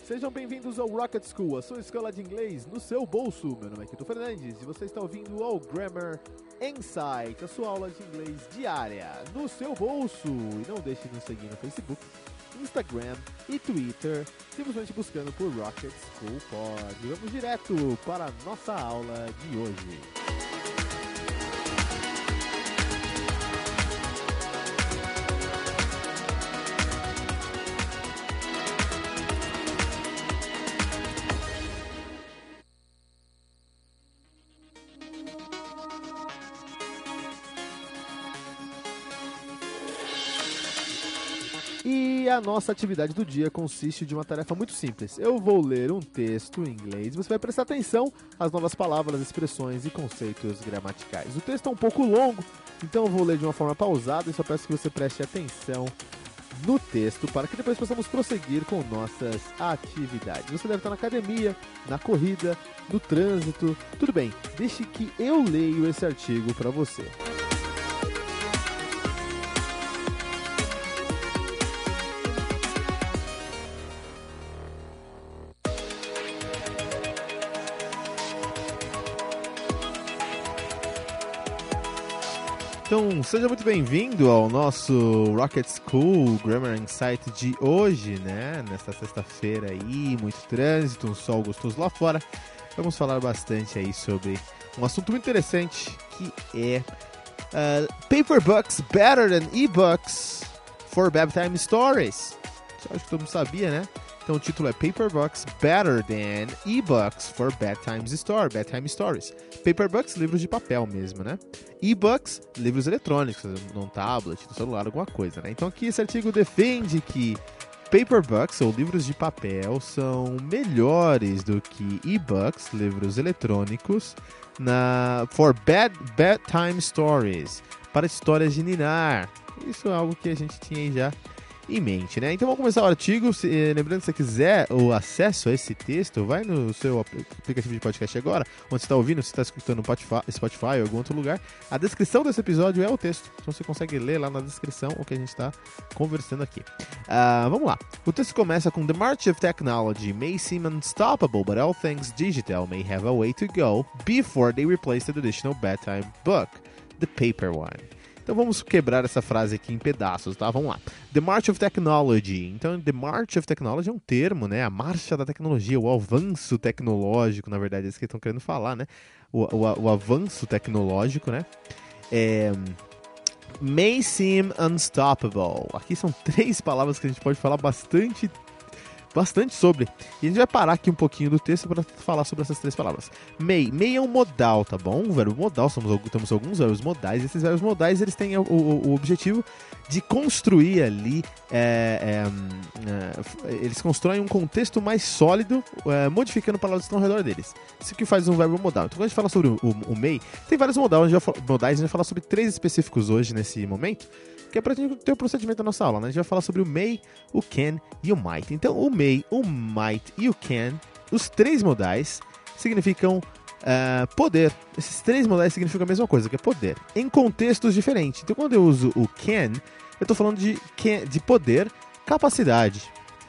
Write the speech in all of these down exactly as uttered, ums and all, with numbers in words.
Sejam bem-vindos ao Rocket School, a sua escola de inglês no seu bolso. Meu nome é Kito Fernandes e você está ouvindo ao Grammar Insight, a sua aula de inglês diária no seu bolso. E não deixe de nos seguir no Facebook, Instagram e Twitter, simplesmente buscando por Rocket School Pod. Vamos direto para a nossa aula de hoje. E a nossa atividade do dia consiste de uma tarefa muito simples. Eu vou ler um texto em inglês e você vai prestar atenção às novas palavras, expressões e conceitos gramaticais. O texto é um pouco longo, então eu vou ler de uma forma pausada e só peço que você preste atenção no texto para que depois possamos prosseguir com nossas atividades. Você deve estar na academia, na corrida, no trânsito, tudo bem. Deixe que eu leio esse artigo para você. Então, seja muito bem-vindo ao nosso Rocket School Grammar Insight de hoje, né? Nesta sexta-feira aí, muito trânsito, um sol gostoso lá fora. Vamos falar bastante aí sobre um assunto muito interessante, que é uh, Paper Books Better Than E-Books for Bedtime Stories. Acho que todo mundo sabia, né? Então o título é Paper Books Better Than E-Books for Bedtime Story, Bedtime Stories. Paper Books, livros de papel mesmo, né? E-Books, livros eletrônicos, num tablet, no celular, alguma coisa, né? Então aqui esse artigo defende que Paper Books, ou livros de papel, são melhores do que E-Books, livros eletrônicos, na, for bed, Bedtime Stories, para histórias de ninar. Isso é algo que a gente tinha aí já em mente, né? Então vamos começar o artigo. Se, eh, lembrando, se você quiser o acesso a esse texto, vai no seu aplicativo de podcast agora, onde você está ouvindo, se está escutando no Spotify, Spotify ou algum outro lugar. A descrição desse episódio é o texto, então você consegue ler lá na descrição o que a gente está conversando aqui. Uh, vamos lá. O texto começa com The march of technology may seem unstoppable, but all things digital may have a way to go before they replace the traditional bedtime book, the paper one. Então vamos quebrar essa frase aqui em pedaços, tá? Vamos lá. The March of Technology. Então, The March of Technology é um termo, né? A marcha da tecnologia, o avanço tecnológico, na verdade, é isso que estão querendo falar, né? O, o, o avanço tecnológico, né? É, may seem unstoppable. Aqui são três palavras que a gente pode falar bastante bastante sobre. E a gente vai parar aqui um pouquinho do texto para falar sobre essas três palavras. May. May é um modal, tá bom? Um verbo modal, somos, temos alguns verbos modais. Esses verbos modais, eles têm o, o, o objetivo de construir ali, é, é, é, eles constroem um contexto mais sólido, é, modificando palavras que estão ao redor deles. Isso que faz um verbo modal. Então, quando a gente fala sobre o, o, o may, tem vários modais, a gente vai, modais, a gente vai falar sobre três específicos hoje, nesse momento, que é para gente ter o procedimento da nossa aula, né? A gente vai falar sobre o may, o can e o might. Então, o may, o might e o can, os três modais, significam uh, poder. Esses três modais significam a mesma coisa, que é poder, em contextos diferentes. Então, quando eu uso o can, eu estou falando de, can, de poder, capacidade.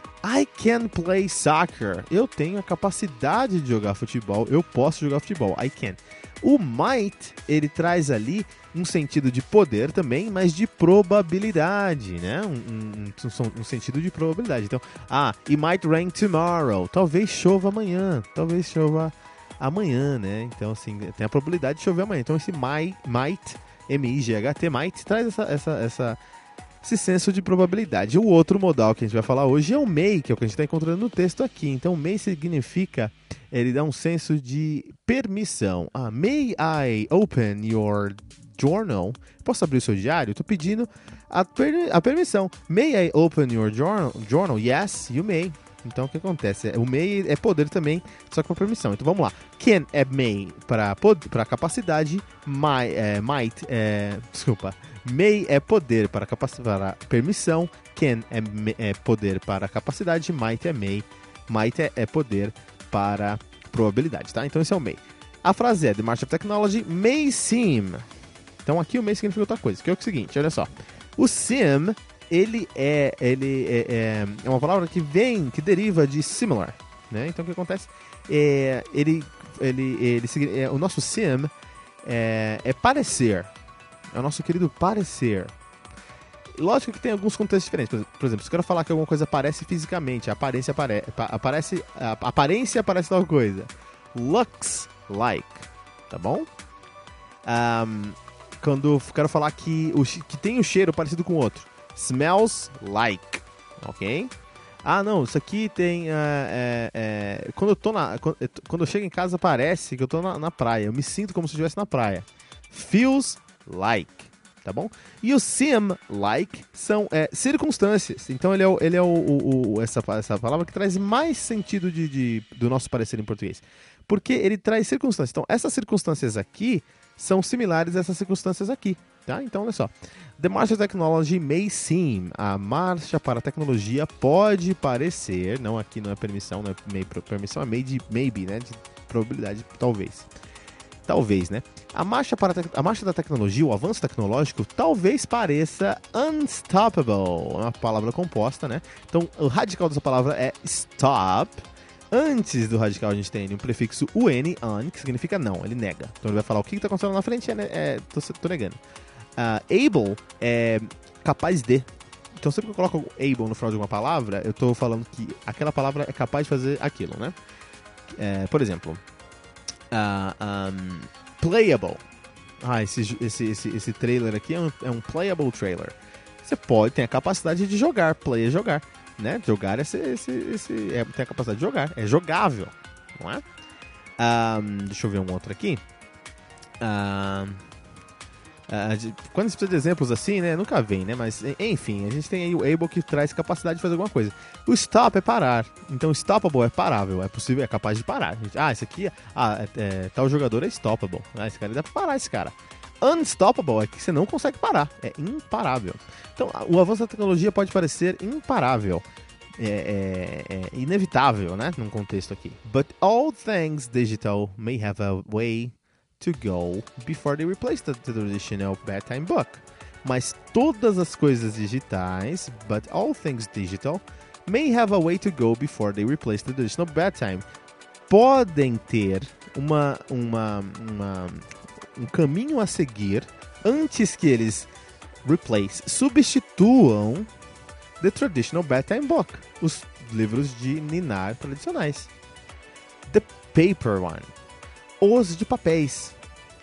I can play soccer. Eu tenho a capacidade de jogar futebol, eu posso jogar futebol. I can. O might, ele traz ali um sentido de poder também, mas de probabilidade, né? Um, um, um sentido de probabilidade. Então, ah, it might rain tomorrow. Talvez chova amanhã. Talvez chova amanhã, né? Então, assim, tem a probabilidade de chover amanhã. Então, esse might, might M I G H T, might, traz essa, essa, essa, esse senso de probabilidade. O outro modal que a gente vai falar hoje é o may, que é o que a gente está encontrando no texto aqui. Então, may significa, ele dá um senso de permissão. Ah, may I open your journal? Posso abrir o seu diário? Estou pedindo a, per- a permissão. May I open your journal? journal? Yes, you may. Então, o que acontece? O may é poder também, só que com permissão. Então, vamos lá. Can é may para capacidade. My, é, might é... Desculpa. May é poder para, capac- para permissão. Can é, é poder para capacidade. Might é may. Might é, é poder para probabilidade, tá? Então, esse é o may. A frase é: The march of technology may seem. Então, aqui o may significa outra coisa, que é o seguinte, olha só. O seem ele é, ele é, é, é uma palavra que vem, que deriva de similar, né? Então o que acontece? É, ele, ele, ele, é, o nosso sim é, é parecer, é o nosso querido parecer. Lógico que tem alguns contextos diferentes. Por exemplo, se eu quero falar que alguma coisa aparece fisicamente, a aparência apare, aparece, a aparência aparece tal coisa. Looks like, tá bom? Um, quando eu quero falar que, o, que tem um cheiro parecido com o outro, smells like, ok? Ah, não, isso aqui tem... Uh, é, é, quando, eu tô na, quando, quando eu chego em casa parece que eu tô na, na praia. Eu me sinto como se eu estivesse na praia. Feels like, tá bom? E o sim, like, são é, circunstâncias. Então ele é, o, ele é o, o, o, essa, essa palavra que traz mais sentido de, de, do nosso parecer em português. Porque ele traz circunstâncias. Então essas circunstâncias aqui são similares a essas circunstâncias aqui. Tá? Então, olha só. The march of technology may seem. A marcha para a tecnologia pode parecer. Não, aqui não é permissão, não é may, permissão, é may de, maybe, né? De probabilidade, talvez. Talvez, né? A marcha, para a, a marcha da tecnologia, o avanço tecnológico, talvez pareça unstoppable. É uma palavra composta, né? Então, o radical dessa palavra é stop. Antes do radical a gente tem um prefixo un, un, que significa não, ele nega. Então ele vai falar o que está acontecendo na frente, é, é tô, tô negando. Uh, able é capaz de. Então sempre que eu coloco able no final de uma palavra, eu tô falando que aquela palavra é capaz de fazer aquilo, né? É, por exemplo, uh, um, playable. Ah, esse, esse, esse, esse trailer aqui é um, é um playable trailer. Você pode ter a capacidade de jogar, play é jogar, né? Jogar é, esse, esse, esse, é tem a capacidade de jogar, é jogável, não é? Um, deixa eu ver um outro aqui. Um, Uh, de, quando você precisa de exemplos assim, né, nunca vem, né, mas enfim, a gente tem aí o able que traz capacidade de fazer alguma coisa. O stop é parar, então stoppable é parável, é possível, é capaz de parar. Ah, esse aqui, ah, é, é, tal jogador é stoppable, ah, esse cara dá pra parar, esse cara. Unstoppable é que você não consegue parar, é imparável. Então, o avanço da tecnologia pode parecer imparável, é, é, é inevitável, né, num contexto aqui. But all things digital may have a way to go before they replace the, the traditional bedtime book. Mas todas as coisas digitais, but all things digital, may have a way to go before they replace the traditional bedtime. Podem ter uma, uma, uma, um caminho a seguir antes que eles replace, substituam the traditional bedtime book, os livros de ninar tradicionais. The paper one. Os de papéis.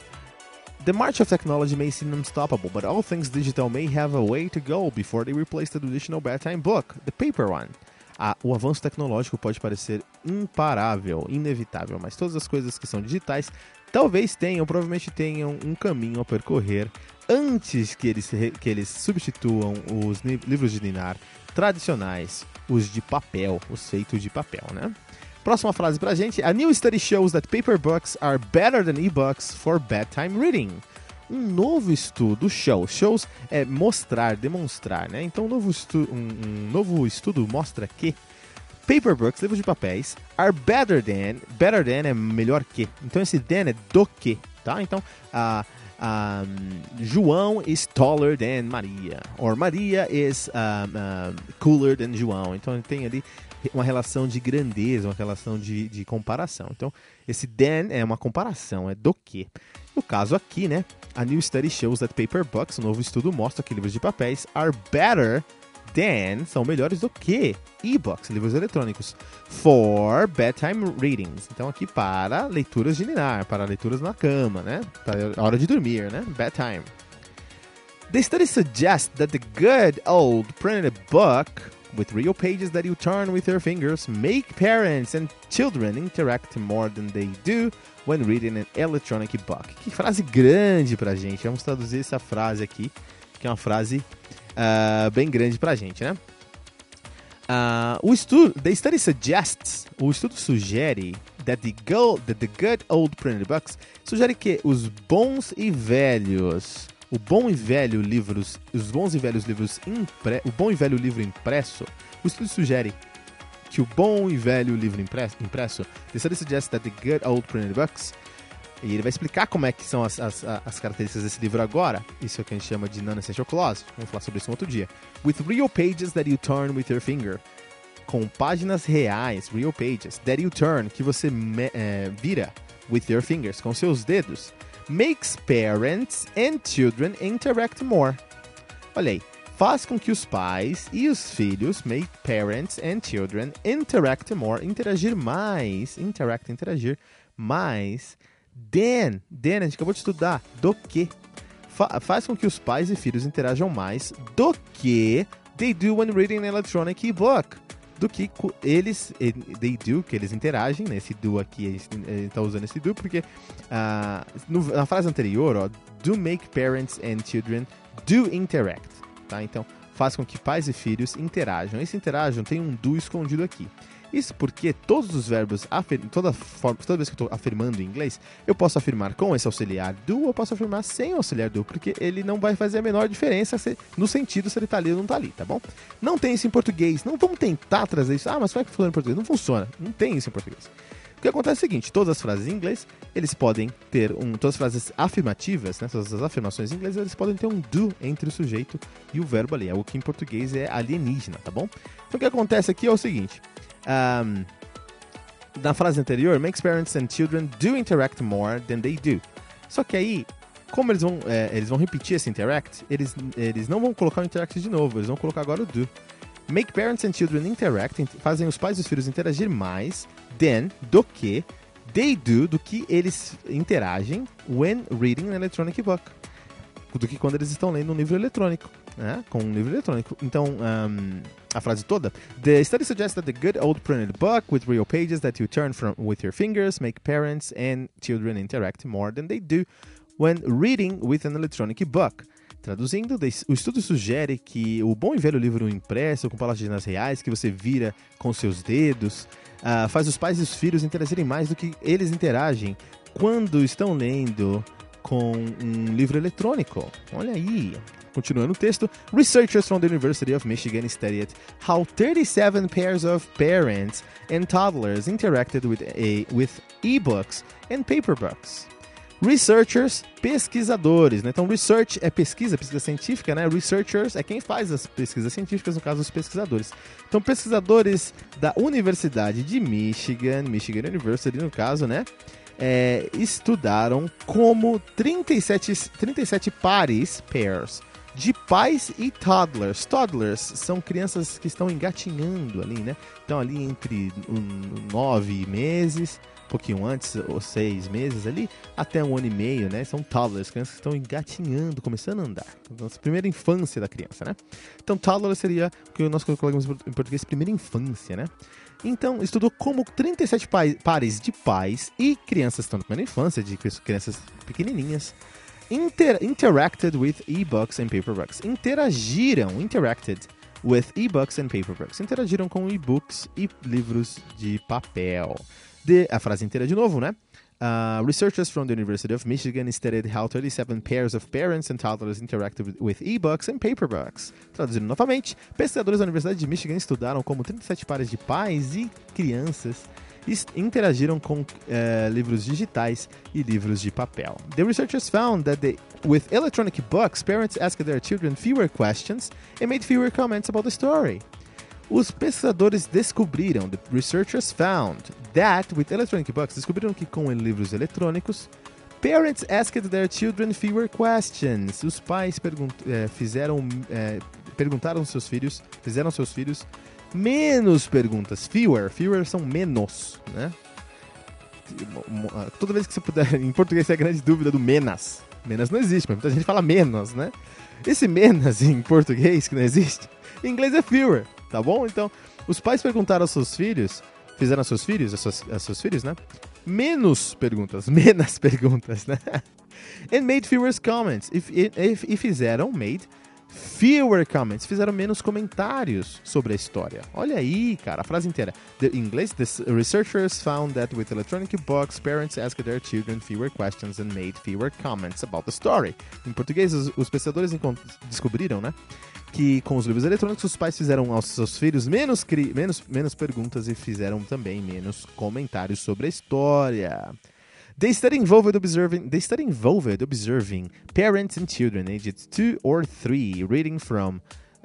The march of technology may seem unstoppable, but all things digital may have a way to go before they replace the traditional bedtime book, the paper one. Ah, o avanço tecnológico pode parecer imparável, inevitável, mas todas as coisas que são digitais talvez tenham, provavelmente tenham um caminho a percorrer antes que eles, que eles substituam os livros de ninar tradicionais, os de papel, os feitos de papel, né? Próxima frase pra gente. A new study shows that paper books are better than e-books for bedtime reading. Um novo estudo, show. Shows é mostrar, demonstrar, né? Então um novo, estu- um, um novo estudo mostra que paper books, livros de papéis, are better than. Better than é melhor que. Então esse than é do que, tá? Então, uh, um, João is taller than Maria. Or Maria is um, um, cooler than João. Então tem ali uma relação de grandeza, uma relação de, de comparação. Então, esse than é uma comparação, é do que. No caso aqui, né, a new study shows that paper books, um novo estudo mostra que livros de papéis are better than, são melhores do que e-books, livros eletrônicos, for bedtime readings. Então aqui para leituras de ninar, para leituras na cama, né, para a hora de dormir, né, bedtime. The study suggests that the good old printed book with real pages that you turn with your fingers make parents and children interact more than they do when reading an electronic book. Que frase grande pra gente. Vamos traduzir essa frase aqui, que é uma frase uh, bem grande pra gente, né? Uh, o estudo, the study suggests, o estudo sugere that the, go, that the good old printed books, sugere que os bons e velhos O bom e velho livros, os bons e velhos livros impre, o bom e velho livro impresso, o estudo sugere que o bom e velho livro impresso, impresso the study suggests that the good old printed books E ele vai explicar como é que são as, as, as características desse livro agora. Isso é o que a gente chama de non-essential clause. Vamos falar sobre isso um outro dia. With real pages that you turn with your finger. Com páginas reais, real pages, that you turn, que você me, é, vira with your fingers, com seus dedos. Makes parents and children interact more. Olha aí. Faz com que os pais e os filhos, make parents and children, interact more, interagir mais, interact, interagir mais, than, than, a gente acabou de estudar, do que, Fa- faz com que os pais e filhos interajam mais do que they do when reading an electronic e-book, do que eles, they do, que eles interagem, né? Esse do aqui, ele está usando esse do, porque uh, no, na frase anterior, ó, do make parents and children do interact. Tá? Então, faz com que pais e filhos interajam. Esse interajam tem um do escondido aqui. Isso porque todos os verbos, afir- toda, forma, toda vez que eu estou afirmando em inglês, eu posso afirmar com esse auxiliar do, ou eu posso afirmar sem o auxiliar do, porque ele não vai fazer a menor diferença se, no sentido se ele está ali ou não está ali, tá bom? Não tem isso em português. Não vamos tentar trazer isso. Ah, mas como é que funciona em português? Não funciona. Não tem isso em português. O que acontece é o seguinte, todas as frases em inglês, eles podem ter um... Todas as frases afirmativas, né, todas as afirmações em inglês, eles podem ter um do entre o sujeito e o verbo ali. O que em português é alienígena, tá bom? Então o que acontece aqui é o seguinte... Um, na frase anterior, makes parents and children do interact more than they do. Só que aí, como eles vão, é, eles vão repetir esse interact, eles, eles não vão colocar o interact de novo, eles vão colocar agora o do. Make parents and children interact, fazem os pais e os filhos interagir mais than, do que, they do, do que eles interagem when reading an electronic book. Do que quando eles estão lendo um livro eletrônico, né? Com um livro eletrônico. Então, um, a frase toda. The study suggests that the good old printed book with real pages that you turn from with your fingers make parents and children interact more than they do when reading with an electronic book. Traduzindo, o estudo sugere que o bom e velho livro impresso com páginas reais que você vira com seus dedos uh, faz os pais e os filhos interagirem mais do que eles interagem quando estão lendo com um livro eletrônico. Olha aí. Continuando o texto, researchers from the University of Michigan studied how thirty-seven pairs of parents and toddlers interacted with, a, with e-books and paper books. Researchers, pesquisadores, né? Então, research é pesquisa, pesquisa científica, né? Researchers é quem faz as pesquisas científicas, no caso, os pesquisadores. Então, pesquisadores da Universidade de Michigan, Michigan University, no caso, né? É, estudaram como trinta e sete, trinta e sete pares, pairs, de pais e toddlers. Toddlers são crianças que estão engatinhando ali, né? Estão ali entre um, nove meses, um pouquinho antes, ou seis meses ali, até um ano e meio, né? São toddlers, crianças que estão engatinhando, começando a andar. Nossa primeira infância da criança, né? Então, toddler seria o que nós colocamos em português, primeira infância, né? Então, estudou como trinta e sete pares de pais e crianças estão na primeira infância, de crianças pequenininhas, inter interacted with e-books and paperbooks. Interagiram, interacted with e-books and paperbooks. Interagiram com e-books e livros de papel. De, a frase inteira de novo, né? Uh, researchers from the University of Michigan studied how thirty-seven pairs of parents and toddlers interacted with e-books and paperbooks. Traduzindo novamente, pesquisadores da Universidade de Michigan estudaram como trinta e sete pares de pais e crianças interagiram com uh, livros digitais e livros de papel. The researchers found that they, with electronic books, parents asked their children fewer questions and made fewer comments about the story. Os pesquisadores descobriram, the researchers found, that with electronic books, descobriram que com livros eletrônicos, parents asked their children fewer questions. Os pais pergunt, eh, fizeram, eh, perguntaram aos seus filhos, fizeram aos seus filhos menos perguntas. Fewer, fewer são menos, né? Toda vez que você puder, em português é a grande dúvida do menos. Menos não existe, mas muita gente fala menos, né? Esse menos em português, que não existe, em inglês é fewer. Tá bom? Então, os pais perguntaram aos seus filhos, fizeram aos seus filhos, aos seus, aos seus filhos, né? Menos perguntas, menos perguntas, né? And made fewer comments. E, e, e fizeram, made, fewer comments. Fizeram menos comentários sobre a história. Olha aí, cara, a frase inteira. The, em inglês, the researchers found that with electronic books, parents asked their children fewer questions and made fewer comments about the story. Em português, os, os pesquisadores descobriram, né? Que com os livros eletrônicos os pais fizeram aos seus filhos menos, cri- menos, menos perguntas e fizeram também menos comentários sobre a história. They study involved observing. They study involved observing parents and children aged two or three reading from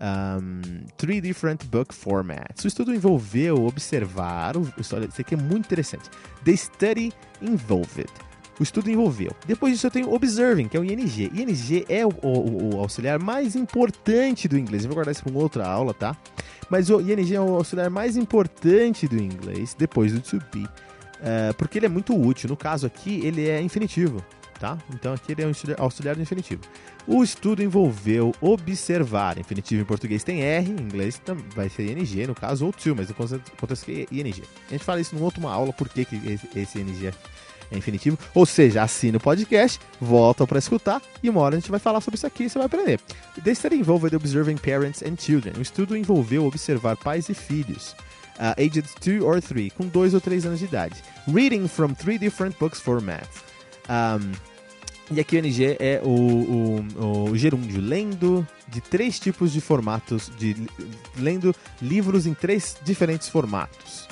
um, three different book formats. O estudo envolveu observar. O, isso aqui é muito interessante. They study involved. O estudo envolveu. Depois disso eu tenho observing, que é o I N G. I N G é o, o, o auxiliar mais importante do inglês. Eu vou guardar isso para uma outra aula, tá? Mas o I N G é o auxiliar mais importante do inglês, depois do to be. Uh, porque ele é muito útil. No caso aqui, ele é infinitivo, tá? Então aqui ele é um auxiliar do infinitivo. O estudo envolveu observar. Infinitivo em português tem R, em inglês vai ser I N G, no caso, ou to, mas no contexto aqui é I N G. A gente fala isso numa outra aula, por que, que esse, esse I N G é é infinitivo, ou seja, assina o podcast, volta para escutar e uma hora a gente vai falar sobre isso aqui e você vai aprender. They study involved observing parents and children. O estudo envolveu observar pais e filhos, uh, aged two or three, com dois ou três anos de idade. Reading from three different books formats. Um, e aqui o N G é o, o, o gerúndio, lendo de três tipos de formatos, de, lendo livros em três diferentes formatos.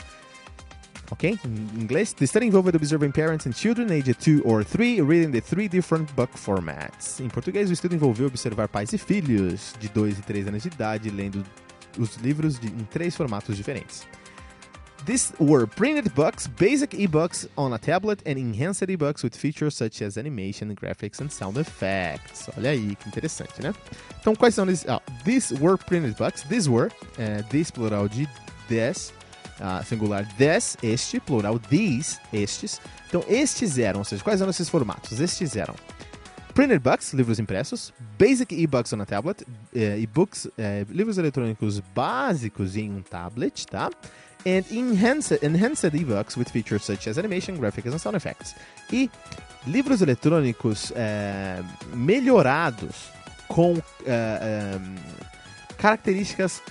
Ok? Em inglês, they study involved observing parents and children aged two or three, reading the three different book formats. Em português, o estudo envolveu observar pais e filhos de dois e três anos de idade, lendo os livros de, em três formatos diferentes. These were printed books, basic e-books on a tablet, and enhanced e-books with features such as animation, graphics, and sound effects. Olha aí, que interessante, né? Então, quais são esses? Oh, these were printed books. These were, uh, this plural de this, Uh, singular this, este, plural these, estes. Então, estes eram, ou seja, quais eram esses formatos? Estes eram printed books, livros impressos, basic e-books on a tablet, uh, e-books, uh, livros eletrônicos básicos em um tablet, tá? And enhanced, enhanced e-books with features such as animation, graphics and sound effects. E livros eletrônicos uh, melhorados com uh, um, características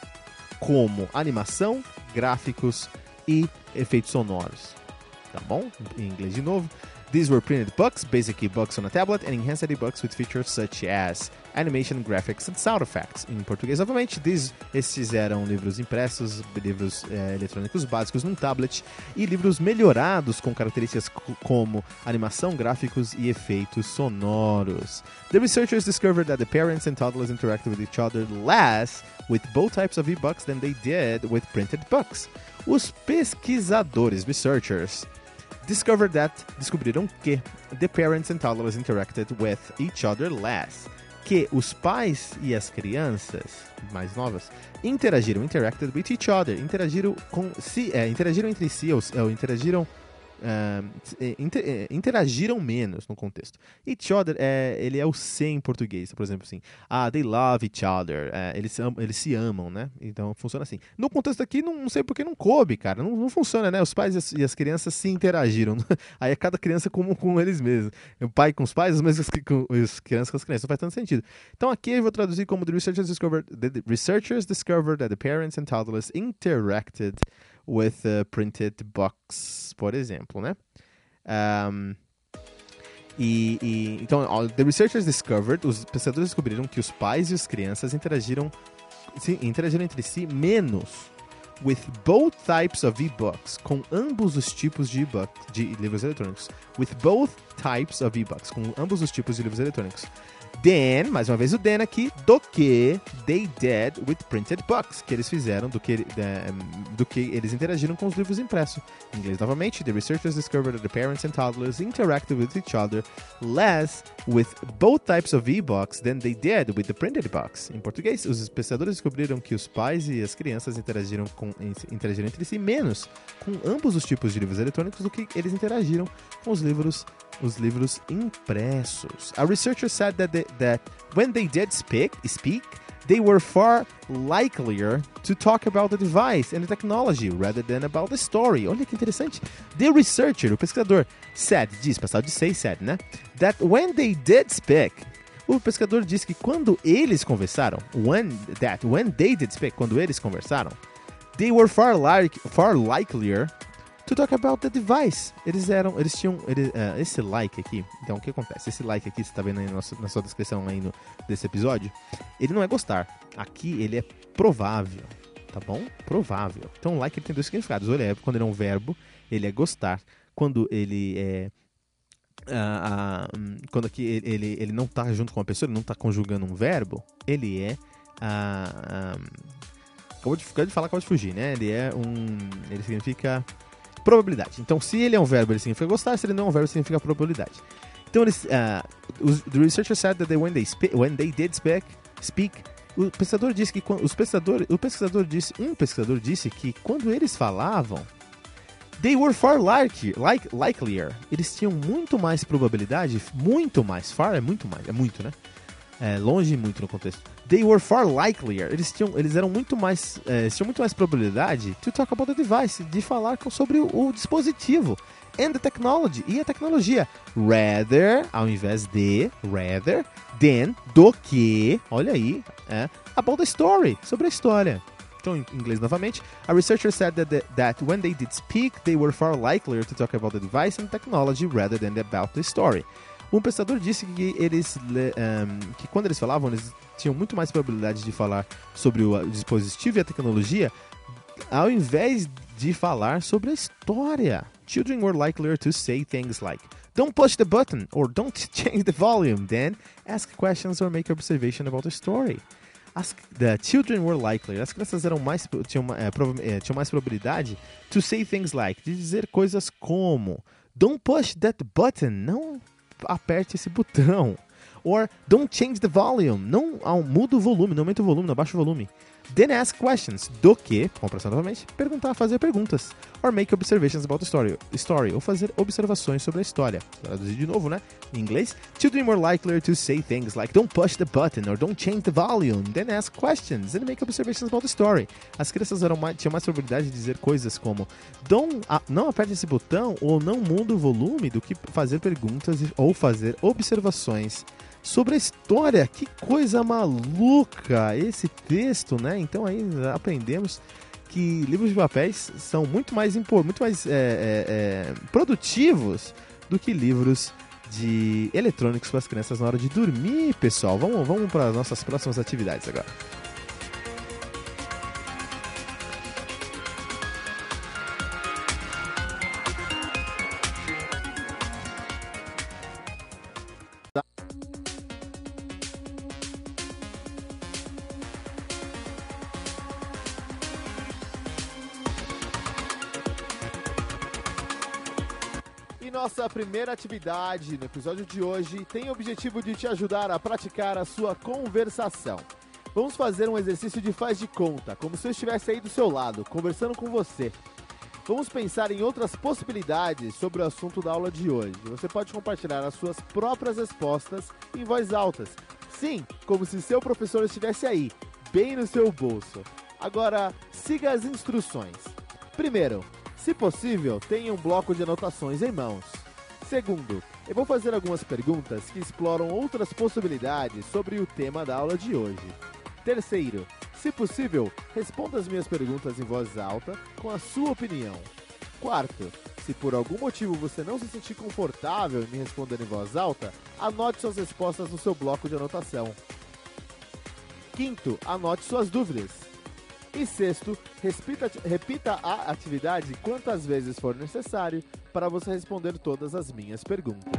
como animação, gráficos e efeitos sonoros. Tá bom? Em inglês de novo. These were printed books, basic e-books on a tablet, and enhanced e-books with features such as animation, graphics and sound effects. Em português, obviamente, these, esses eram livros impressos, livros é, eletrônicos básicos num tablet e livros melhorados com características como animação, gráficos e efeitos sonoros. The researchers discovered that the parents and toddlers interacted with each other less with both types of e-books than they did with printed books. Os pesquisadores, researchers, discovered that, descobriram que the parents and toddlers interacted with each other less. Que os pais e as crianças mais novas interagiram, interacted with each other, interagiram, com, si, é, interagiram entre si, ou, ou interagiram, uh, inter, interagiram menos no contexto. Each other, é, ele é o se em português, por exemplo, assim, ah, they love each other, é, eles, am, eles se amam, né? Então funciona assim. No contexto aqui, não, não sei porque não coube, cara, não, não funciona, né? Os pais e as, e as crianças se interagiram, aí é cada criança com, com eles mesmos, o pai com os pais, os mesmos com as crianças com as crianças, não faz tanto sentido. Então aqui eu vou traduzir como the researchers discovered, the researchers discovered that the parents and toddlers interacted with uh, printed books, por exemplo, né? Um, e, e, então, the researchers discovered, os pesquisadores descobriram que os pais e as crianças interagiram, sim, interagiram entre si menos with both types of e-books, com ambos os tipos de e-book, de livros eletrônicos. With both types of e-books, com ambos os tipos de livros eletrônicos. Then, mais uma vez o then aqui, do que they did with printed books, que eles fizeram, do que, um, do que eles interagiram com os livros impressos. Em inglês, novamente, the researchers discovered that the parents and toddlers interacted with each other less with both types of e-books than they did with the printed books. Em português, os pesquisadores descobriram que os pais e as crianças interagiram, com, interagiram entre si menos com ambos os tipos de livros eletrônicos do que eles interagiram com os livros os livros impressos. A researcher said that, they, that when they did speak, speak, they were far likelier to talk about the device and the technology rather than about the story. Olha que interessante. The researcher, o pesquisador, said, diz, passado de say, said, né? That when they did speak, o pesquisador disse que quando eles conversaram, when, that, when they did speak, quando eles conversaram, they were far, like, far likelier to talk about the device. Eles eram, eles tinham, eles, uh, esse like aqui, então o que acontece? Esse like aqui, você tá vendo aí na sua, na sua descrição aí no, desse episódio, ele não é gostar. Aqui ele é provável, tá bom? Provável. Então like ele tem dois significados. Ou ele é, quando ele é um verbo, ele é gostar. Quando ele é Uh, uh, quando aqui ele, ele não está junto com a pessoa, ele não está conjugando um verbo, ele é... Uh, um, acabou, de, acabou de falar, acabou de fugir, né? Ele é um... Ele significa probabilidade. Então, se ele é um verbo, ele significa gostar. Se ele não é um verbo, significa probabilidade. Então, eles... Uh, os, the researcher said that they, when, they spe- when they did speak, speak o pesquisador disse que... Os pesquisador, o pesquisador disse... Um pesquisador disse que quando eles falavam... They were far like, like, likelier. Eles tinham muito mais probabilidade, muito mais, far é muito mais, é muito, né? É, longe e muito no contexto. They were far likelier. Eles, tinham, eles eram muito mais, é, eles tinham muito mais probabilidade to talk about the device, de falar sobre o, o dispositivo. And the technology, e a tecnologia. Rather, ao invés de, rather, than, do que, olha aí, é, about the story, sobre a história. Então, em inglês novamente, a researcher said that, the, that when they did speak, they were far likelier to talk about the device and technology rather than about the story. Um pesquisador disse que eles, um, que quando eles falavam, eles tinham muito mais probabilidade de falar sobre o dispositivo e a tecnologia, ao invés de falar sobre a história. Children were likelier to say things like, don't push the button, or don't change the volume, then ask questions or make observation about the story. As, the children were likely, as crianças eram mais, tinham, é, prov, é, tinham mais probabilidade to say things like, de dizer coisas como don't push that button, não aperte esse botão, or don't change the volume, não ah, muda o volume, não aumenta o volume, não abaixa o volume. Then ask questions, do que, compreensão novamente, perguntar, fazer perguntas, or make observations about the story, story, ou fazer observações sobre a história. Traduzir de novo, né? Em inglês, children were likelier to say things like don't push the button or don't change the volume, then ask questions and make observations about the story. As crianças eram mais, tinham mais probabilidade de dizer coisas como don't, ah, não aperte esse botão ou não muda o volume do que fazer perguntas ou fazer observações sobre a história. Que coisa maluca esse texto, né? Então aí aprendemos que livros de papéis são muito mais, muito mais é, é, é, produtivos do que livros de eletrônicos para as crianças na hora de dormir, pessoal. Vamos, vamos para as nossas próximas atividades agora. Nossa primeira atividade no episódio de hoje tem o objetivo de te ajudar a praticar a sua conversação. Vamos fazer um exercício de faz de conta, como se eu estivesse aí do seu lado, conversando com você. Vamos pensar em outras possibilidades sobre o assunto da aula de hoje. Você pode compartilhar as suas próprias respostas em voz alta. Sim, como se seu professor estivesse aí, bem no seu bolso. Agora, siga as instruções. Primeiro, se possível, tenha um bloco de anotações em mãos. Segundo, eu vou fazer algumas perguntas que exploram outras possibilidades sobre o tema da aula de hoje. Terceiro, se possível, responda as minhas perguntas em voz alta com a sua opinião. Quarto, se por algum motivo você não se sentir confortável em me responder em voz alta, anote suas respostas no seu bloco de anotação. Quinto, anote suas dúvidas. E sexto, repita, repita a atividade quantas vezes for necessário para você responder todas as minhas perguntas.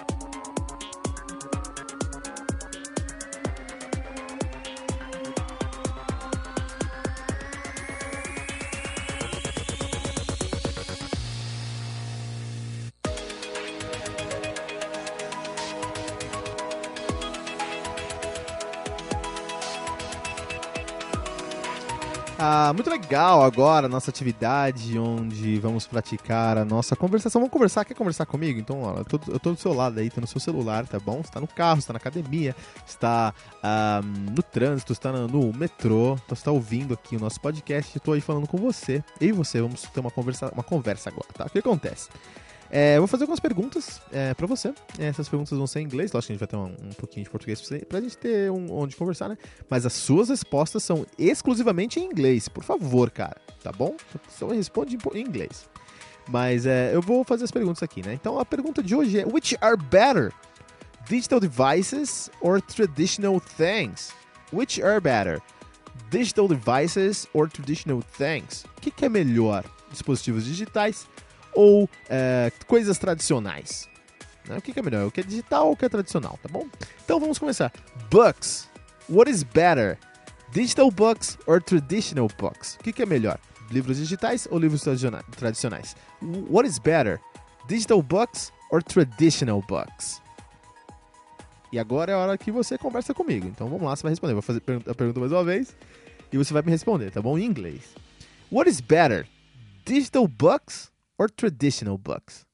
Ah, muito legal agora a nossa atividade onde vamos praticar a nossa conversação. Vamos conversar? Quer conversar comigo? Então, ó, eu, tô, eu tô do seu lado aí, tô no seu celular, tá bom? Você tá no carro, você tá na academia, está ah, no trânsito, está no, no metrô, você está ouvindo aqui o nosso podcast, eu tô aí falando com você. Eu e você vamos ter uma conversa, uma conversa agora, tá? O que acontece? É, eu vou fazer algumas perguntas é, pra você. Essas perguntas vão ser em inglês. Lógico que a gente vai ter um, um pouquinho de português pra, você, pra gente ter um, onde conversar, né? Mas as suas respostas são exclusivamente em inglês. Por favor, cara. Tá bom? Só responde em inglês. Mas é, eu vou fazer as perguntas aqui, né? Então a pergunta de hoje é: which are better? Digital devices or traditional things? Which are better? Digital devices or traditional things? O que, que é melhor? Dispositivos digitais ou é, coisas tradicionais? Né? O que, que é melhor? O que é digital ou o que é tradicional, tá bom? Então vamos começar. Books. What is better? Digital books or traditional books? O que, que é melhor? Livros digitais ou livros tradicionais? What is better? Digital books or traditional books? E agora é a hora que você conversa comigo. Então vamos lá, você vai responder. Vou fazer a pergunta mais uma vez e você vai me responder, tá bom? Em inglês. What is better? Digital books or traditional books?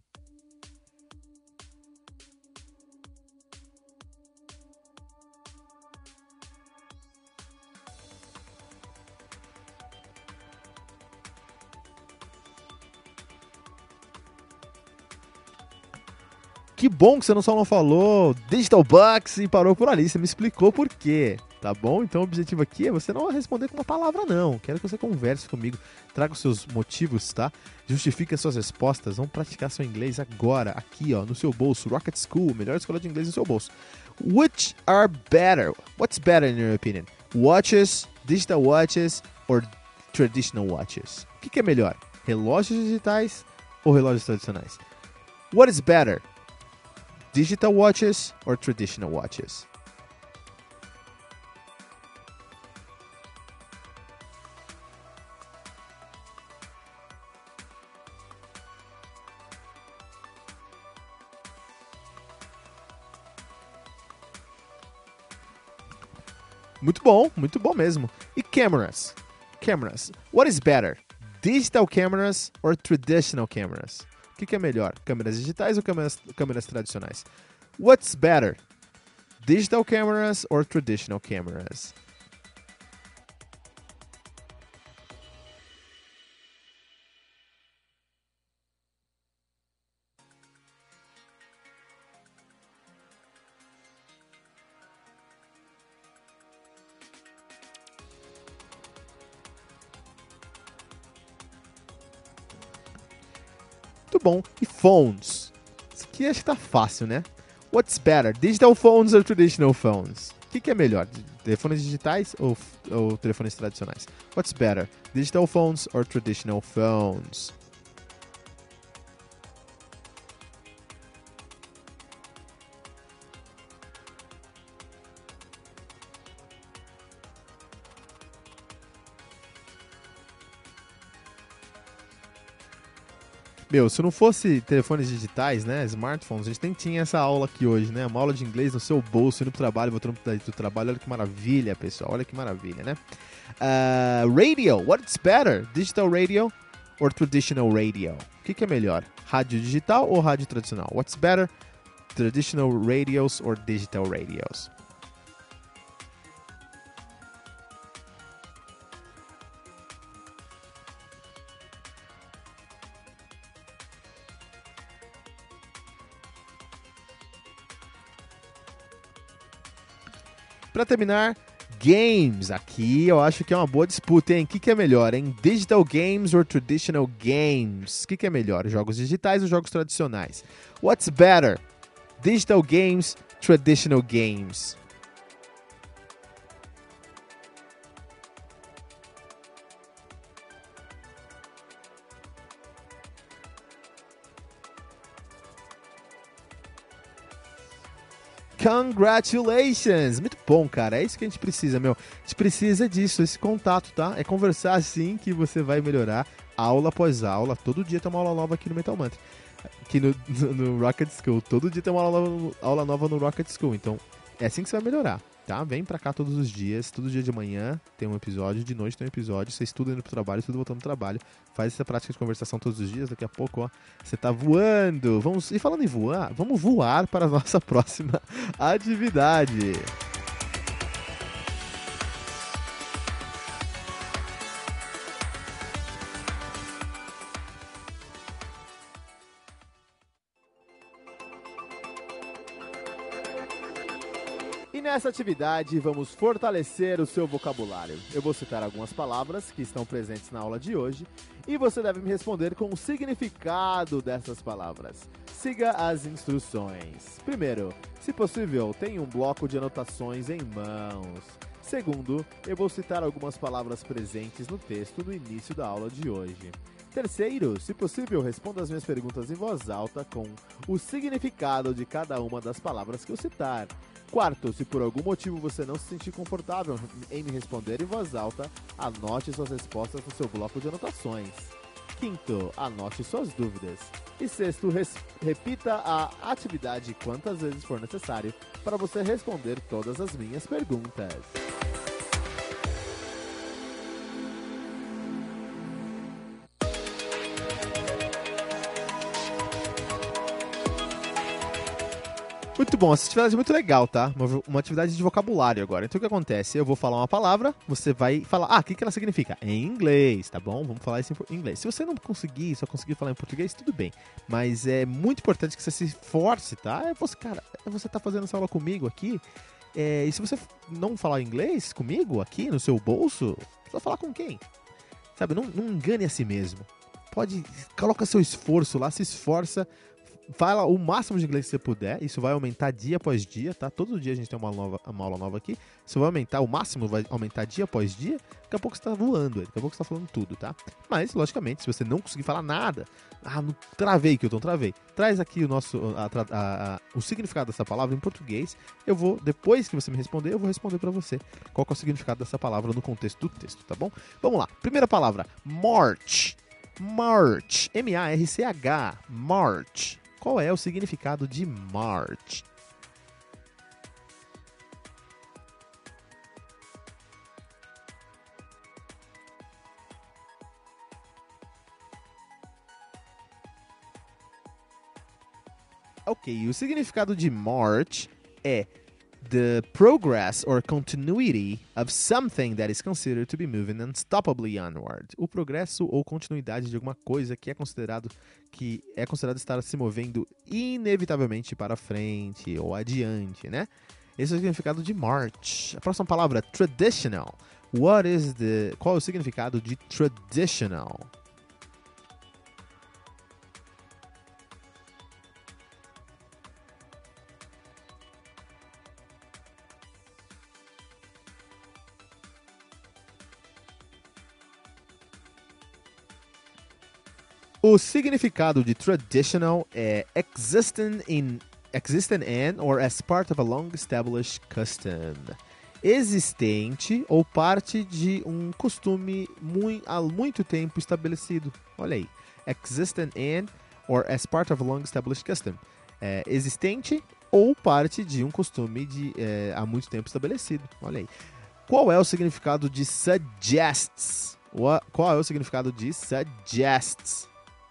Que bom que você não só não falou Digital Books e parou por ali, você me explicou por quê, tá bom? Então o objetivo aqui é você não responder com uma palavra não, quero que você converse comigo, traga os seus motivos, tá? Justifique as suas respostas, vamos praticar seu inglês agora, aqui ó, no seu bolso, Rocket School, melhor escola de inglês no seu bolso. Which are better? What's better in your opinion? Watches, digital watches or traditional watches? O que, que é melhor? Relógios digitais ou relógios tradicionais? What is better? Digital watches or traditional watches? Muito bom, muito bom mesmo. E cameras? Cameras. What is better? Digital cameras or traditional cameras? O que, que é melhor? Câmeras digitais ou câmeras, câmeras tradicionais? What's better? Digital cameras or traditional cameras? Muito bom. E phones? Isso aqui acho que tá fácil, né? What's better? Digital phones or traditional phones? O que, que é melhor? Telefones digitais ou, ou telefones tradicionais? What's better? Digital phones or traditional phones? Meu, se não fosse telefones digitais, né, smartphones, a gente nem tinha essa aula aqui hoje, né? Uma aula de inglês no seu bolso, indo pro trabalho, voltando pro trabalho. Olha que maravilha, pessoal. Olha que maravilha, né? Uh, radio, what's better? Digital radio or traditional radio? O que, que é melhor? Rádio digital ou rádio tradicional? What's better? Traditional radios or digital radios? Pra terminar, games. Aqui eu acho que é uma boa disputa, hein? O que, que é melhor, hein? Digital games or traditional games? O que, que é melhor? Jogos digitais ou jogos tradicionais? What's better? Digital games, traditional games? Congratulations! Muito bom, cara. É isso que a gente precisa, meu. A gente precisa disso, esse contato, tá? É conversar assim que você vai melhorar aula após aula. Todo dia tem uma aula nova aqui no Metal Mantra. Aqui no, no, no Rocket School. Todo dia tem uma aula, aula nova no Rocket School. Então, é assim que você vai melhorar, tá? Vem pra cá todos os dias. Todo dia de manhã tem um episódio, de noite tem um episódio. Você estuda indo pro trabalho, estuda voltando pro trabalho. Faz essa prática de conversação todos os dias. Daqui a pouco, ó, você tá voando. Vamos, e falando em voar, vamos voar para a nossa próxima atividade. E nessa atividade vamos fortalecer o seu vocabulário. Eu vou citar algumas palavras que estão presentes na aula de hoje e você deve me responder com o significado dessas palavras. Siga as instruções. Primeiro, se possível, tenha um bloco de anotações em mãos. Segundo, eu vou citar algumas palavras presentes no texto no início da aula de hoje. Terceiro, se possível, responda as minhas perguntas em voz alta com o significado de cada uma das palavras que eu citar. Quarto, se por algum motivo você não se sentir confortável em me responder em voz alta, anote suas respostas no seu bloco de anotações. Quinto, anote suas dúvidas. E sexto, res- repita a atividade quantas vezes for necessário para você responder todas as minhas perguntas. Muito bom, essa atividade é muito legal, tá? Uma, uma atividade de vocabulário agora. Então o que acontece? Eu vou falar uma palavra, você vai falar, ah, o que, que ela significa? Em inglês, tá bom? Vamos falar isso em inglês. Se você não conseguir, só conseguir falar em português, tudo bem. Mas é muito importante que você se esforce, tá? É você, cara, você tá fazendo essa aula comigo aqui, é, e se você não falar inglês comigo aqui no seu bolso, você vai falar com quem? Sabe, não, não engane a si mesmo. Pode, coloca seu esforço lá, se esforça. Fala o máximo de inglês que você puder, isso vai aumentar dia após dia, tá? Todo dia a gente tem uma, nova, uma aula nova aqui, isso vai aumentar, o máximo vai aumentar dia após dia, daqui a pouco você tá voando, daqui a pouco você tá falando tudo, tá? Mas, logicamente, se você não conseguir falar nada, ah, não travei, Kilton, travei, traz aqui o nosso, a, a, a, o significado dessa palavra em português, eu vou, depois que você me responder, eu vou responder pra você qual que é o significado dessa palavra no contexto do texto, tá bom? Vamos lá, primeira palavra, March, March, M A R C H, March. Qual é o significado de March? Ok, o significado de March é the progress or continuity of something that is considered to be moving unstoppably onward. O progresso ou continuidade de alguma coisa que é considerado que é considerado estar se movendo inevitavelmente para frente ou adiante, né? Esse é o significado de March. A próxima palavra, traditional. What is the Qual é o significado de traditional? O significado de traditional é existing in, existing in or as part of a long-established custom. Existente ou parte de um costume muito, há muito tempo estabelecido. Olha aí. Existing in or as part of a long-established custom. É, existente ou parte de um costume de, é, há muito tempo estabelecido. Olha aí. Qual é o significado de suggests? What, qual é o significado de suggests?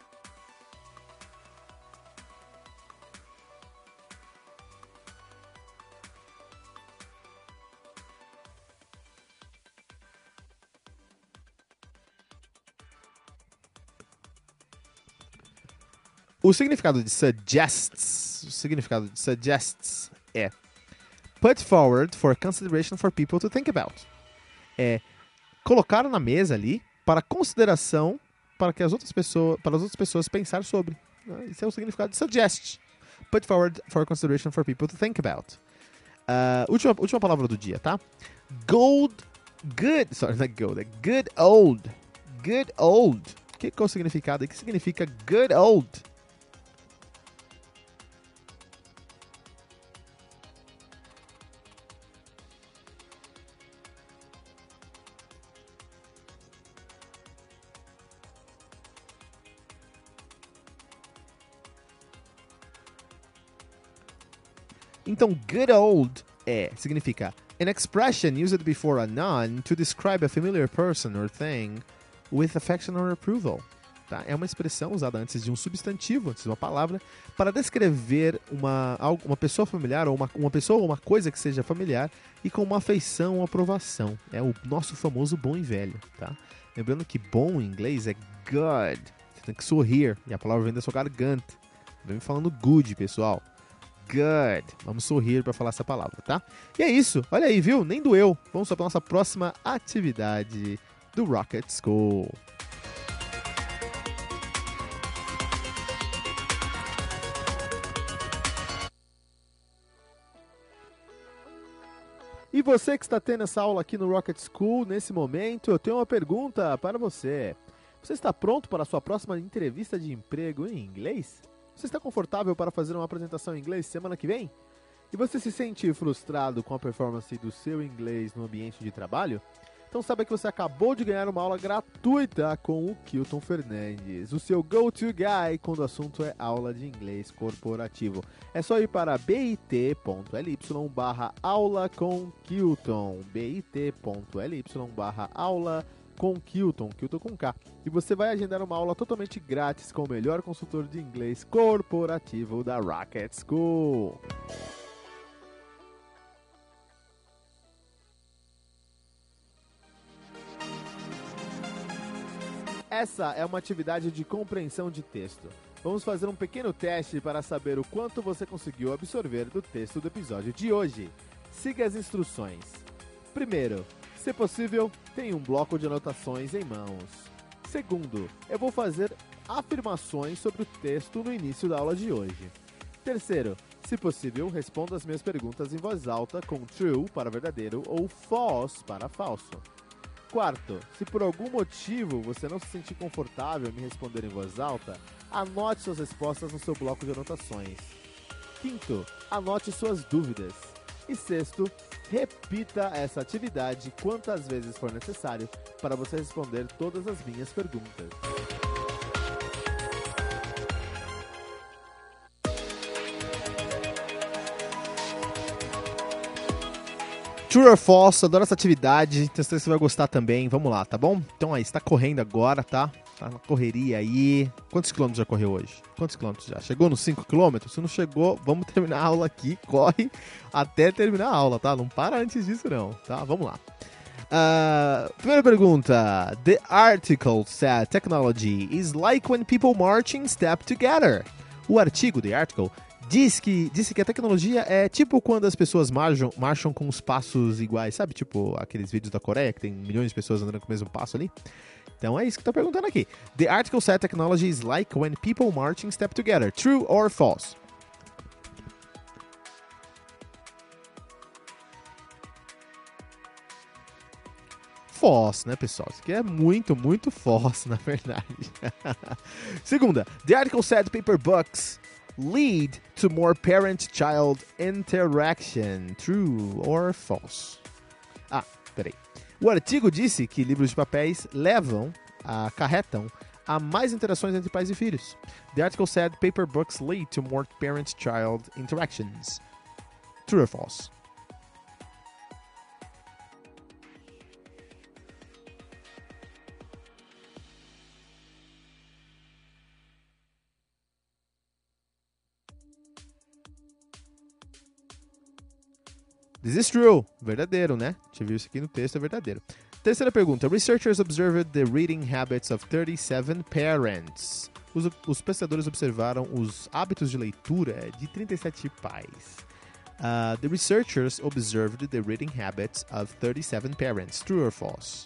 O significado de suggests, o significado de suggests é put forward for consideration for people to think about. É colocar na mesa ali para consideração para que as outras pessoas, para as outras pessoas pensar sobre. Esse é o significado de suggest. Put forward for consideration for people to think about. Uh, última, última palavra do dia, tá? Gold, good, sorry, not gold, é good old. Good old. O que, que é o significado? O que significa good old? Então, good old é, significa an expression used before a noun to describe a familiar person or thing with affection or approval. Tá? É uma expressão usada antes de um substantivo, antes de uma palavra, para descrever uma, uma pessoa familiar ou uma, uma pessoa ou uma coisa que seja familiar e com uma afeição ou aprovação. É o nosso famoso bom e velho. Tá? Lembrando que bom em inglês é good. Você tem que sorrir e a palavra vem da sua garganta. Vem me falando good, pessoal. Good. Vamos sorrir para falar essa palavra, tá? E é isso. Olha aí, viu? Nem doeu. Vamos para nossa próxima atividade do Rocket School. E você que está tendo essa aula aqui no Rocket School, nesse momento, eu tenho uma pergunta para você. Você está pronto para a sua próxima entrevista de emprego em inglês? Você está confortável para fazer uma apresentação em inglês semana que vem? E você se sente frustrado com a performance do seu inglês no ambiente de trabalho? Então saiba que você acabou de ganhar uma aula gratuita com o Kilton Fernandes, o seu go-to guy quando o assunto é aula de inglês corporativo. É só ir para bit.ly barra aula com Kilton, bit.ly barra aula com Kilton, Kilton com K, e você vai agendar uma aula totalmente grátis com o melhor consultor de inglês corporativo da Rocket School. Essa é uma atividade de compreensão de texto. Vamos fazer um pequeno teste para saber o quanto você conseguiu absorver do texto do episódio de hoje. Siga as instruções. Primeiro, se possível, tenha um bloco de anotações em mãos. Segundo, eu vou fazer afirmações sobre o texto no início da aula de hoje. Terceiro, se possível, responda as minhas perguntas em voz alta com true para verdadeiro ou false para falso. Quarto, se por algum motivo você não se sentir confortável em me responder em voz alta, anote suas respostas no seu bloco de anotações. Quinto, anote suas dúvidas. E sexto, repita essa atividade quantas vezes for necessário para você responder todas as minhas perguntas. True or false, adoro essa atividade, tenho certeza que você vai gostar também, vamos lá, tá bom? Então aí, você tá correndo agora, tá? Tá na correria aí. Quantos quilômetros já correu hoje? Quantos quilômetros já? Chegou nos cinco quilômetros? Se não chegou, vamos terminar a aula aqui, corre até terminar a aula, tá? Não para antes disso não, tá? Vamos lá. Uh, primeira pergunta. The article said technology is like when people march in step together. O artigo, the article, Diz que, disse que a tecnologia é tipo quando as pessoas marcham, marcham com os passos iguais, sabe? Tipo aqueles vídeos da Coreia que tem milhões de pessoas andando com o mesmo passo ali. Então é isso que tá perguntando aqui. The article said technology is like when people march in step together. True or false? False, né, pessoal? Isso aqui é muito, muito false, na verdade. Segunda. The article said paper books lead to more parent-child interaction. True or false? Ah, peraí. O artigo disse que livros de papéis levam, acarretam, a mais interações entre pais e filhos. The article said paper books lead to more parent-child interactions. True or false? This is true. Verdadeiro, né? A gente viu isso aqui no texto, é verdadeiro. Terceira pergunta. Researchers observed the reading habits of thirty-seven parents. Os, os pesquisadores observaram os hábitos de leitura de trinta e sete pais. Uh, the researchers observed the reading habits of thirty-seven parents. True or false?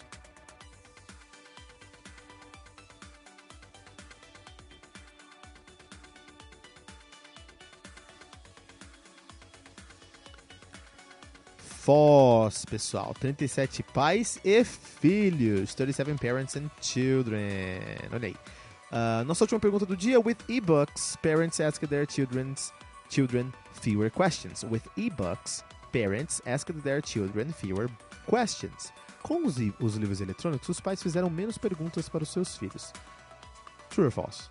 False, pessoal. trinta e sete pais e filhos. thirty-seven parents and children. Olha aí. Uh, nossa última pergunta do dia. With e-books, parents ask their children's children fewer questions. With e-books, parents ask their children fewer questions. Com os, os livros eletrônicos, os pais fizeram menos perguntas para os seus filhos. True or false?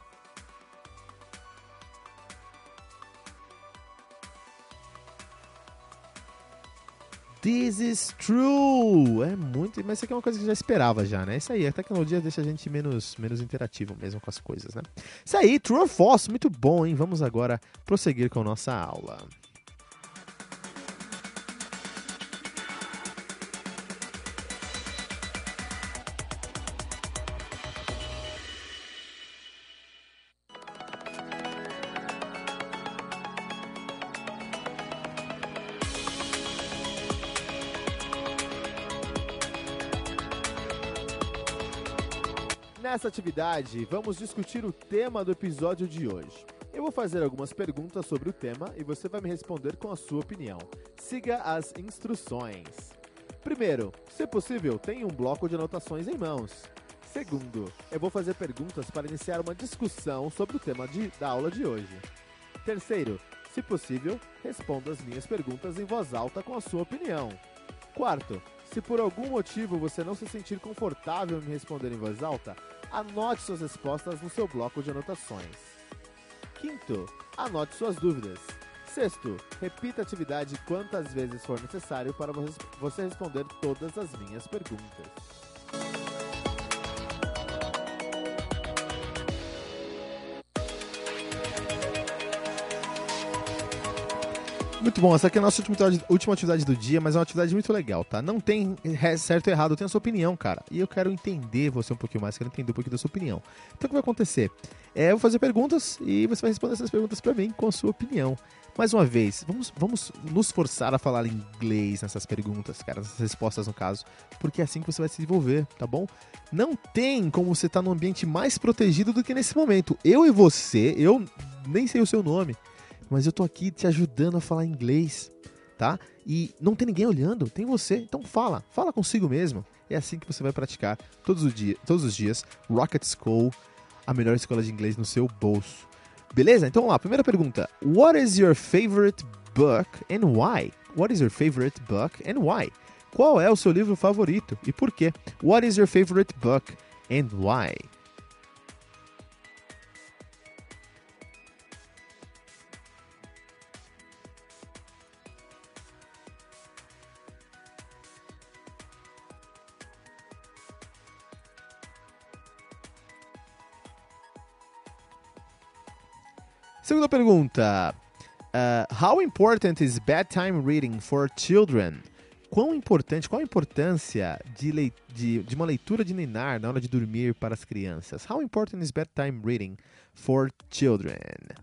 This is true! É muito, mas isso aqui é uma coisa que eu já esperava já, né? Isso aí, a tecnologia deixa a gente menos, menos interativo mesmo com as coisas, né? Isso aí, true or false, muito bom, hein? Vamos agora prosseguir com a nossa aula. Nessa atividade, vamos discutir o tema do episódio de hoje. Eu vou fazer algumas perguntas sobre o tema e você vai me responder com a sua opinião. Siga as instruções. Primeiro, se possível, tenha um bloco de anotações em mãos. Segundo, eu vou fazer perguntas para iniciar uma discussão sobre o tema de, da aula de hoje. Terceiro, se possível, responda as minhas perguntas em voz alta com a sua opinião. Quarto, se por algum motivo você não se sentir confortável em me responder em voz alta, anote suas respostas no seu bloco de anotações. Quinto, anote suas dúvidas. Sexto, repita a atividade quantas vezes for necessário para você responder todas as minhas perguntas. Muito bom, essa aqui é a nossa última atividade, última atividade do dia, mas é uma atividade muito legal, tá? Não tem certo ou errado, tem a sua opinião, cara. E eu quero entender você um pouquinho mais, quero entender um pouquinho da sua opinião. Então o que vai acontecer? É, eu vou fazer perguntas e você vai responder essas perguntas pra mim com a sua opinião. Mais uma vez, vamos, vamos nos forçar a falar inglês nessas perguntas, cara, nessas respostas no caso, porque é assim que você vai se desenvolver, tá bom? Não tem como você estar num ambiente mais protegido do que nesse momento. Eu e você, eu nem sei o seu nome, mas eu tô aqui te ajudando a falar inglês, tá? E não tem ninguém olhando, tem você. Então fala, fala consigo mesmo. É assim que você vai praticar todos os dias, todos os dias Rocket School, a melhor escola de inglês no seu bolso. Beleza? Então vamos lá, primeira pergunta. What is your favorite book and why? What is your favorite book and why? Qual é o seu livro favorito e por quê? What is your favorite book and why? Segunda pergunta. Uh, how important is bedtime reading for children? Quão importante, qual a importância de, lei, de, de uma leitura de ninar na hora de dormir para as crianças? How important is bedtime reading for children?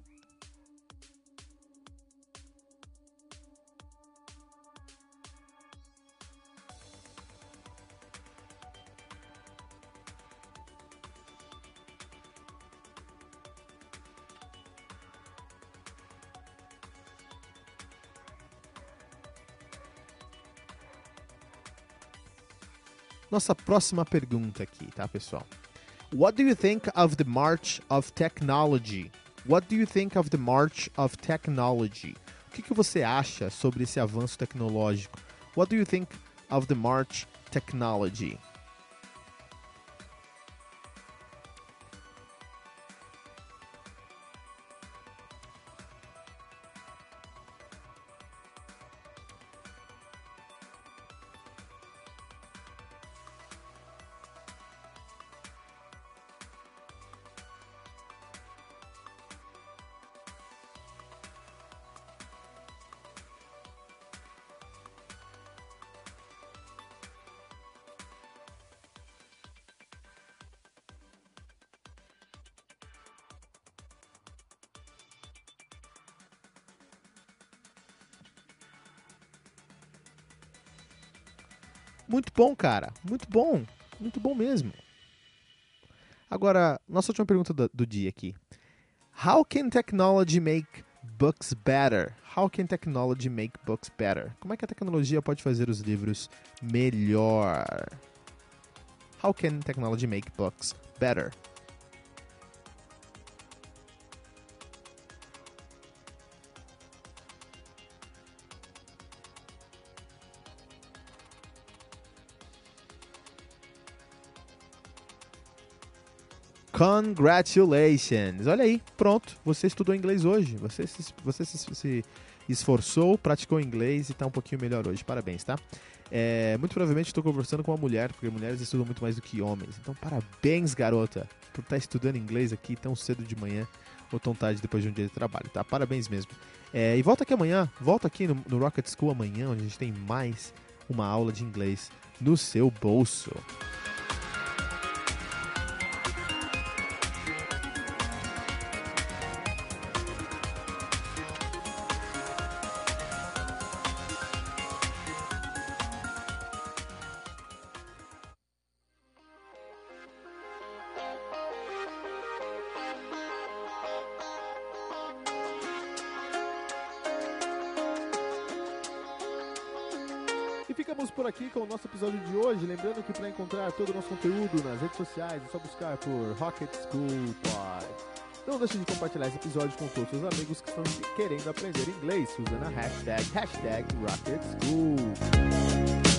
Nossa próxima pergunta aqui, tá, pessoal? What do you think of the march of technology? What do you think of the march of technology? O que, que você acha sobre esse avanço tecnológico? What do you think of the march technology? Muito bom, cara. Muito bom. Muito bom mesmo. Agora, nossa última pergunta do, do dia aqui. How can technology make books better? How can technology make books better? Como é que a tecnologia pode fazer os livros melhor? How can technology make books better? Congratulations! Olha aí, pronto. Você estudou inglês hoje. Você se, você se, se esforçou, praticou inglês e está um pouquinho melhor hoje. Parabéns, tá? É, muito provavelmente estou conversando com uma mulher, porque mulheres estudam muito mais do que homens. Então, parabéns, garota, por estar estudando inglês aqui tão cedo de manhã ou tão tarde depois de um dia de trabalho, tá? Parabéns mesmo. É, e volta aqui amanhã, volta aqui no, no Rocket School amanhã, onde a gente tem mais uma aula de inglês no seu bolso. E ficamos por aqui com o nosso episódio de hoje. Lembrando que para encontrar todo o nosso conteúdo nas redes sociais é só buscar por Rocket School Pod. Não deixe de compartilhar esse episódio com todos os seus amigos que estão querendo aprender inglês usando a hashtag, hashtag Rocket School.